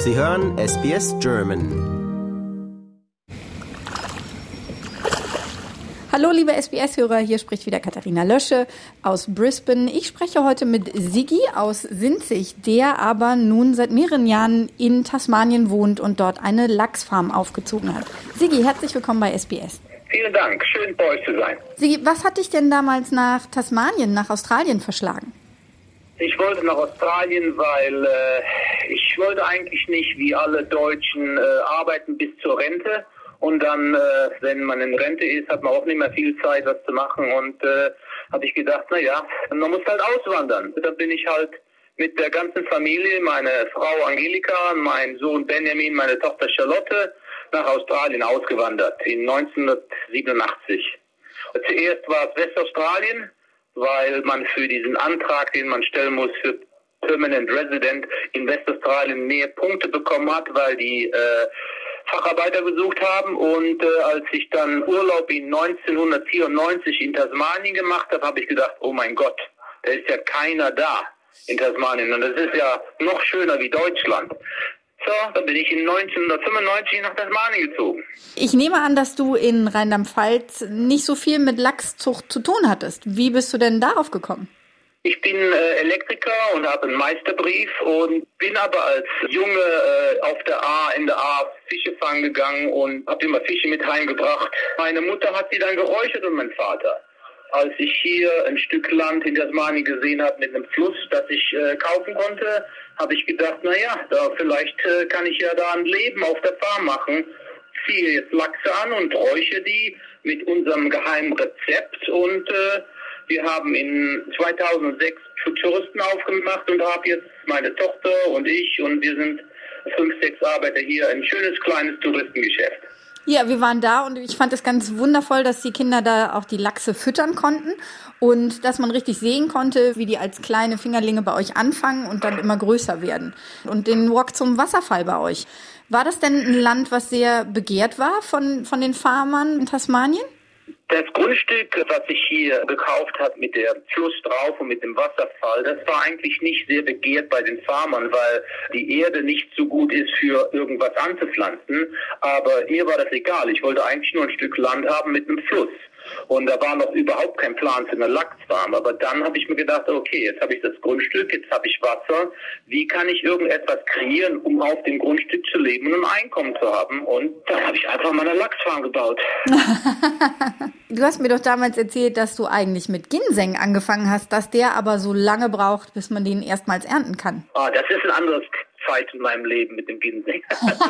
Sie hören SBS German. Hallo liebe SBS-Hörer, hier spricht wieder Katharina Lösche aus Brisbane. Ich spreche heute mit Sigi aus Sinzig, der aber nun seit mehreren Jahren in Tasmanien wohnt und dort eine Lachsfarm aufgezogen hat. Sigi, herzlich willkommen bei SBS. Vielen Dank, schön bei euch zu sein. Sigi, was hat dich denn damals nach Tasmanien, nach Australien verschlagen? Ich wollte nach Australien, weil ich wollte eigentlich nicht wie alle Deutschen arbeiten bis zur Rente. Und dann, wenn man in Rente ist, hat man auch nicht mehr viel Zeit, was zu machen. Und habe ich gedacht, man muss halt auswandern. Dann bin ich halt mit der ganzen Familie, meine Frau Angelika, mein Sohn Benjamin, meine Tochter Charlotte, nach Australien ausgewandert in 1987. Zuerst war es Westaustralien, weil man für diesen Antrag, den man stellen muss für Permanent Resident in Westaustralien mehr Punkte bekommen hat, weil die Facharbeiter gesucht haben. Und als ich dann Urlaub in 1994 in Tasmanien gemacht habe, habe ich gedacht, oh mein Gott, da ist ja keiner da in Tasmanien. Und das ist ja noch schöner wie Deutschland. So, dann bin ich in 1995 nach Tasmanien gezogen. Ich nehme an, dass du in Rheinland-Pfalz nicht so viel mit Lachszucht zu tun hattest. Wie bist du denn darauf gekommen? Ich bin Elektriker und habe einen Meisterbrief und bin aber als Junge in der A Fische fangen gegangen und habe immer Fische mit heimgebracht. Meine Mutter hat sie dann geräuchert und mein Vater. Als ich hier ein Stück Land in Tasmanien gesehen habe mit einem Fluss, das ich kaufen konnte, habe ich gedacht, vielleicht kann ich ja da ein Leben auf der Farm machen. Ziehe jetzt Lachse an und räuche die mit unserem geheimen Rezept und wir haben in 2006 für Touristen aufgemacht und habe jetzt meine Tochter und ich und wir sind 5, 6 Arbeiter hier, ein schönes kleines Touristengeschäft. Ja, wir waren da und ich fand es ganz wundervoll, dass die Kinder da auch die Lachse füttern konnten und dass man richtig sehen konnte, wie die als kleine Fingerlinge bei euch anfangen und dann immer größer werden. Und den Walk zum Wasserfall bei euch. War das denn ein Land, was sehr begehrt war von den Farmern in Tasmanien? Das Grundstück, was ich hier gekauft habe mit dem Fluss drauf und mit dem Wasserfall, das war eigentlich nicht sehr begehrt bei den Farmern, weil die Erde nicht so gut ist für irgendwas anzupflanzen. Aber mir war das egal. Ich wollte eigentlich nur ein Stück Land haben mit einem Fluss. Und da war noch überhaupt kein Plan für eine Lachsfarm. Aber dann habe ich mir gedacht, okay, jetzt habe ich das Grundstück, jetzt habe ich Wasser. Wie kann ich irgendetwas kreieren, um auf dem Grundstück zu leben und ein Einkommen zu haben? Und dann habe ich einfach mal eine Lachsfarm gebaut. Du hast mir doch damals erzählt, dass du eigentlich mit Ginseng angefangen hast, dass der aber so lange braucht, bis man den erstmals ernten kann. Das ist ein anderes Zeit in meinem Leben mit dem Ginseng.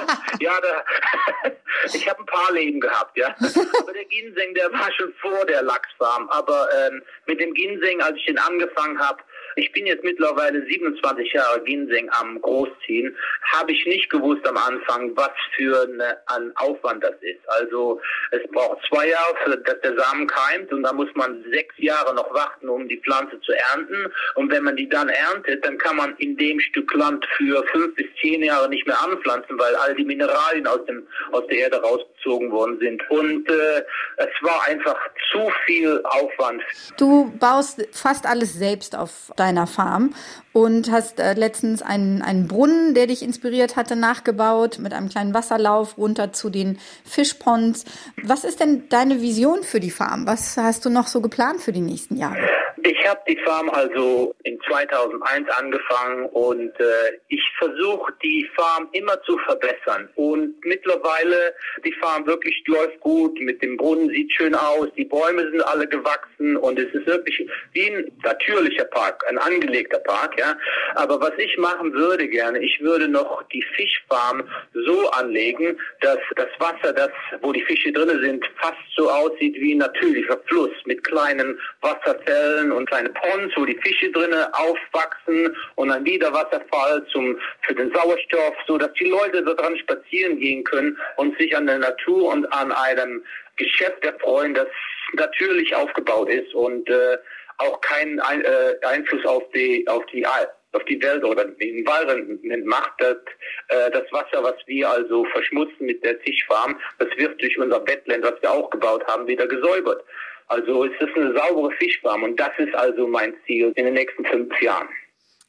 Ich habe ein paar Leben gehabt, ja. Aber der Ginseng, der war schon vor der Lachsfarm. Aber mit dem Ginseng, als ich den angefangen habe, ich bin jetzt mittlerweile 27 Jahre Ginseng am Großziehen, habe ich nicht gewusst am Anfang, was für ein Aufwand das ist. Also es braucht 2 Jahre, dass der Samen keimt und da muss man 6 Jahre noch warten, um die Pflanze zu ernten. Und wenn man die dann erntet, dann kann man in dem Stück Land für 5 bis 10 Jahre nicht mehr anpflanzen, weil all die Mineralien aus der Erde rausgezogen worden sind. Und es war einfach zu viel Aufwand. Du baust fast alles selbst auf deiner Farm und hast letztens einen Brunnen, der dich inspiriert hatte, nachgebaut mit einem kleinen Wasserlauf runter zu den Fischponds. Was ist denn deine Vision für die Farm? Was hast du noch so geplant für die nächsten Jahre? Ich habe die Farm also in 2001 angefangen und ich versuche die Farm immer zu verbessern und mittlerweile die Farm wirklich läuft gut, mit dem Brunnen sieht schön aus, die Bäume sind alle gewachsen und es ist wirklich wie ein natürlicher Park, ein angelegter Park, ja. Aber was ich machen würde gerne, ich würde noch die Fischfarm so anlegen, dass das Wasser, wo die Fische drin sind, fast so aussieht wie ein natürlicher Fluss mit kleinen Wasserfällen und kleine Ponds, wo die Fische drinnen aufwachsen und ein wieder Wasserfall für den Sauerstoff, so dass die Leute da dran spazieren gehen können und sich an der Natur und an einem Geschäft erfreuen, das natürlich aufgebaut ist und auch keinen Einfluss auf die Welt oder den Environment macht. Das Wasser, was wir also verschmutzen mit der Fischfarm, das wird durch unser Wetland, was wir auch gebaut haben, wieder gesäubert. Also es ist eine saubere Fischfarm und das ist also mein Ziel in den nächsten 5 Jahren.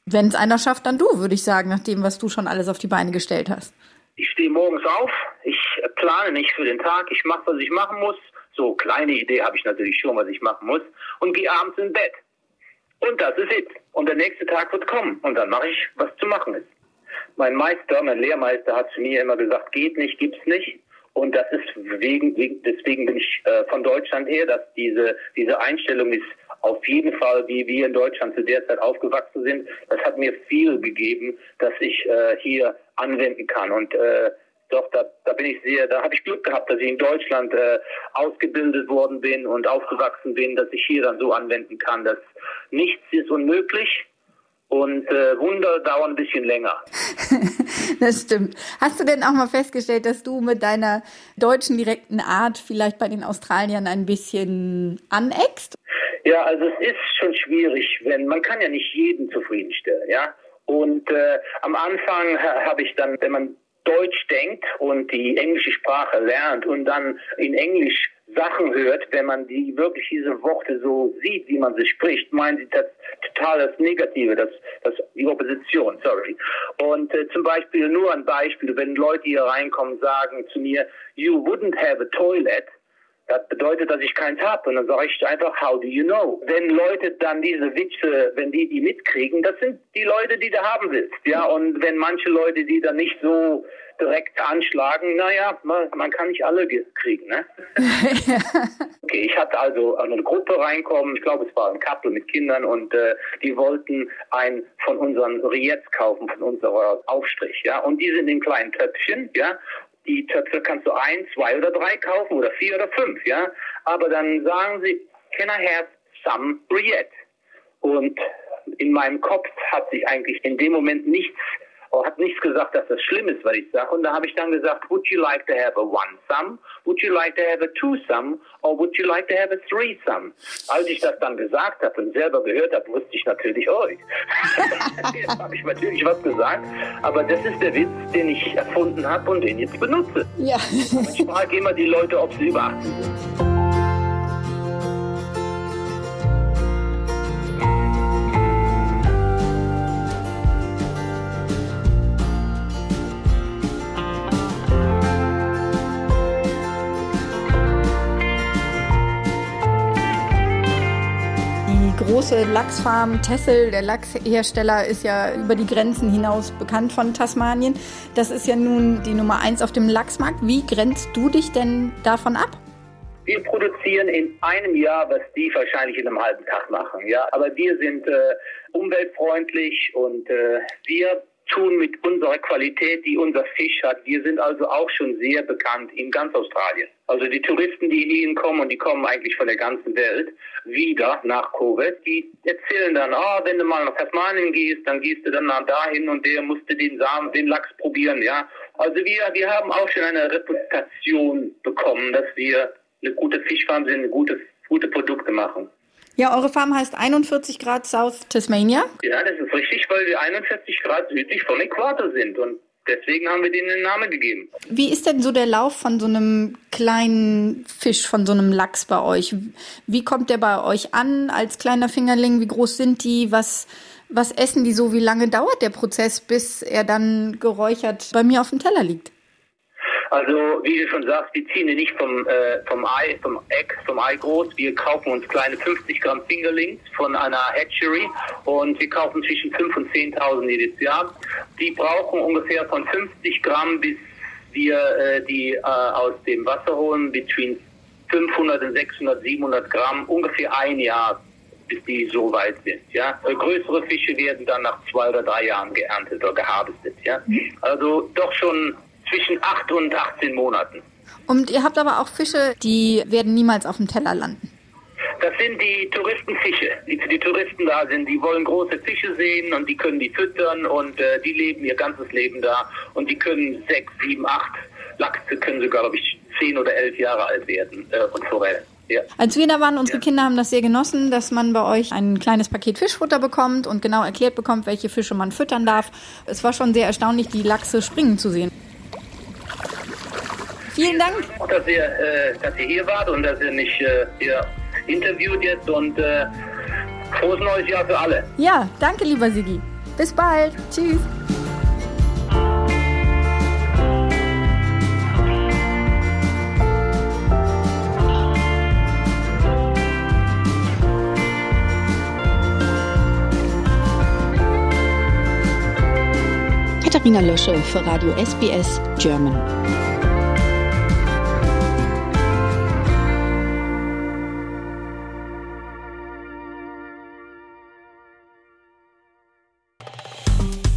Wenn es einer schafft, dann du, würde ich sagen, nach dem, was du schon alles auf die Beine gestellt hast. Ich stehe morgens auf, ich plane nicht für den Tag, ich mache, was ich machen muss. So, kleine Idee habe ich natürlich schon, was ich machen muss. Und gehe abends ins Bett. Und das ist es. Und der nächste Tag wird kommen. Und dann mache ich, was zu machen ist. Mein Lehrmeister hat zu mir immer gesagt, geht nicht, gibt's nicht. Und das ist deswegen bin ich von Deutschland her, dass diese Einstellung ist auf jeden Fall, wie wir in Deutschland zu der Zeit aufgewachsen sind. Das hat mir viel gegeben, dass ich hier anwenden kann. Und doch, da habe ich Glück gehabt, dass ich in Deutschland ausgebildet worden bin und aufgewachsen bin, dass ich hier dann so anwenden kann, dass nichts ist unmöglich. Und Wunder dauern ein bisschen länger. Das stimmt. Hast du denn auch mal festgestellt, dass du mit deiner deutschen direkten Art vielleicht bei den Australiern ein bisschen aneckst? Ja, also es ist schon schwierig, man kann ja nicht jeden zufriedenstellen, ja. Und am Anfang habe ich dann, wenn man Deutsch denkt und die englische Sprache lernt und dann in Englisch Sachen hört, wenn man diese Worte so sieht, wie man sie spricht, meinen sie das total das Negative, die Opposition, sorry. Und zum Beispiel, nur ein Beispiel, wenn Leute hier reinkommen, sagen zu mir, you wouldn't have a toilet, das bedeutet, dass ich keins habe. Und dann sage ich einfach, how do you know? Wenn Leute dann diese Witze, wenn die mitkriegen, das sind die Leute, die du haben willst. Ja, und wenn manche Leute die dann nicht so direkt anschlagen, naja, man kann nicht alle kriegen, ne? Okay, ich hatte also eine Gruppe reinkommen, ich glaube, es war ein Couple mit Kindern und die wollten einen von unseren Rillettes kaufen, von unserer Aufstrich, ja, und die sind in kleinen Töpfchen, ja. Die Töpfe kannst du 1, 2 oder 3 kaufen oder 4 oder 5, ja. Aber dann sagen sie, can I have some Rillette? Und in meinem Kopf hat sich eigentlich in dem Moment nichts gesagt, dass das schlimm ist, was ich sage. Und da habe ich dann gesagt, would you like to have a one some? Would you like to have a two some? Or would you like to have a three some? Als ich das dann gesagt habe und selber gehört habe, wusste ich natürlich, jetzt habe ich natürlich was gesagt. Aber das ist der Witz, den ich erfunden habe und den jetzt benutze. Ja. Ich frage immer die Leute, ob sie über 18 sind. Große Lachsfarm Texel, der Lachshersteller, ist ja über die Grenzen hinaus bekannt von Tasmanien. Das ist ja nun die Nummer 1 auf dem Lachsmarkt. Wie grenzt du dich denn davon ab? Wir produzieren in einem Jahr, was die wahrscheinlich in einem halben Tag machen. Ja, aber wir sind umweltfreundlich und wir tun mit unserer Qualität, die unser Fisch hat. Wir sind also auch schon sehr bekannt in ganz Australien. Also die Touristen, die hierhin kommen, und die kommen eigentlich von der ganzen Welt, wieder nach Covid, die erzählen dann, wenn du mal nach Tasmanien gehst, dann gehst du dann dahin und der musste den Lachs probieren, ja. Also wir haben auch schon eine Reputation bekommen, dass wir eine gute Fischfarm sind, gute Produkte machen. Ja, eure Farm heißt 41 Grad South Tasmania. Ja, das ist richtig, weil wir 41 Grad südlich vom Äquator sind und deswegen haben wir denen den Namen gegeben. Wie ist denn so der Lauf von so einem kleinen Fisch, von so einem Lachs bei euch? Wie kommt der bei euch an als kleiner Fingerling? Wie groß sind die? Was essen die so? Wie lange dauert der Prozess, bis er dann geräuchert bei mir auf dem Teller liegt? Also, wie du schon sagst, wir ziehen die nicht vom Ei groß. Wir kaufen uns kleine 50 Gramm Fingerlings von einer Hatchery und wir kaufen zwischen 5.000 und 10.000 jedes Jahr. Die brauchen ungefähr von 50 Gramm, bis wir die aus dem Wasser holen, zwischen 500 und 600, 700 Gramm, ungefähr ein Jahr, bis die so weit sind. Ja, größere Fische werden dann nach 2 oder 3 Jahren geerntet oder geharvestet. Ja, also doch schon zwischen 8 und 18 Monaten. Und ihr habt aber auch Fische, die werden niemals auf dem Teller landen. Das sind die Touristenfische, die für die Touristen da sind. Die wollen große Fische sehen und die können die füttern und die leben ihr ganzes Leben da. Und die können 6, 7, 8 Lachse können sogar, glaube ich, 10 oder 11 Jahre alt werden und Forellen. Ja. Als wir da waren, unsere Kinder haben das sehr genossen, dass man bei euch ein kleines Paket Fischfutter bekommt und genau erklärt bekommt, welche Fische man füttern darf. Es war schon sehr erstaunlich, die Lachse springen zu sehen. Vielen Dank. Dass ihr hier wart und dass ihr mich hier interviewt jetzt und frohes neues Jahr für alle. Ja, danke, lieber Sigi. Bis bald. Tschüss. Katharina Lösche für Radio SBS German.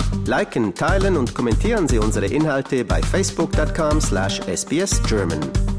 Liken, teilen und kommentieren Sie unsere Inhalte bei facebook.com/sbsgerman.